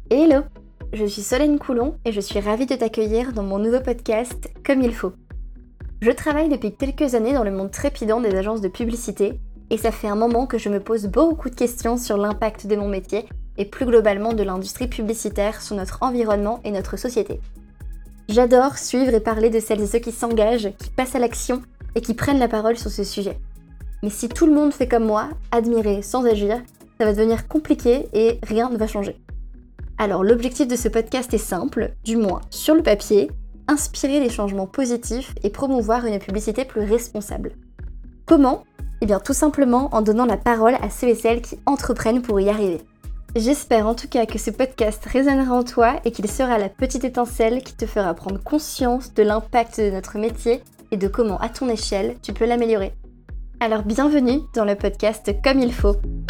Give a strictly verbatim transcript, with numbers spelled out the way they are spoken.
Hello, je suis Solène Coulon et je suis ravie de t'accueillir dans mon nouveau podcast Comme il faut. Je travaille depuis quelques années dans le monde trépidant des agences de publicité et ça fait un moment que je me pose beaucoup de questions sur l'impact de mon métier et plus globalement de l'industrie publicitaire sur notre environnement et notre société. J'adore suivre et parler de celles et ceux qui s'engagent, qui passent à l'action et qui prennent la parole sur ce sujet. Mais si tout le monde fait comme moi, admirer sans agir, ça va devenir compliqué et rien ne va changer. Alors l'objectif de ce podcast est simple, du moins sur le papier, inspirer des changements positifs et promouvoir une publicité plus responsable. Comment ? Eh bien tout simplement en donnant la parole à ceux et celles qui entreprennent pour y arriver. J'espère en tout cas que ce podcast résonnera en toi et qu'il sera la petite étincelle qui te fera prendre conscience de l'impact de notre métier et de comment à ton échelle tu peux l'améliorer. Alors bienvenue dans le podcast Comme il faut,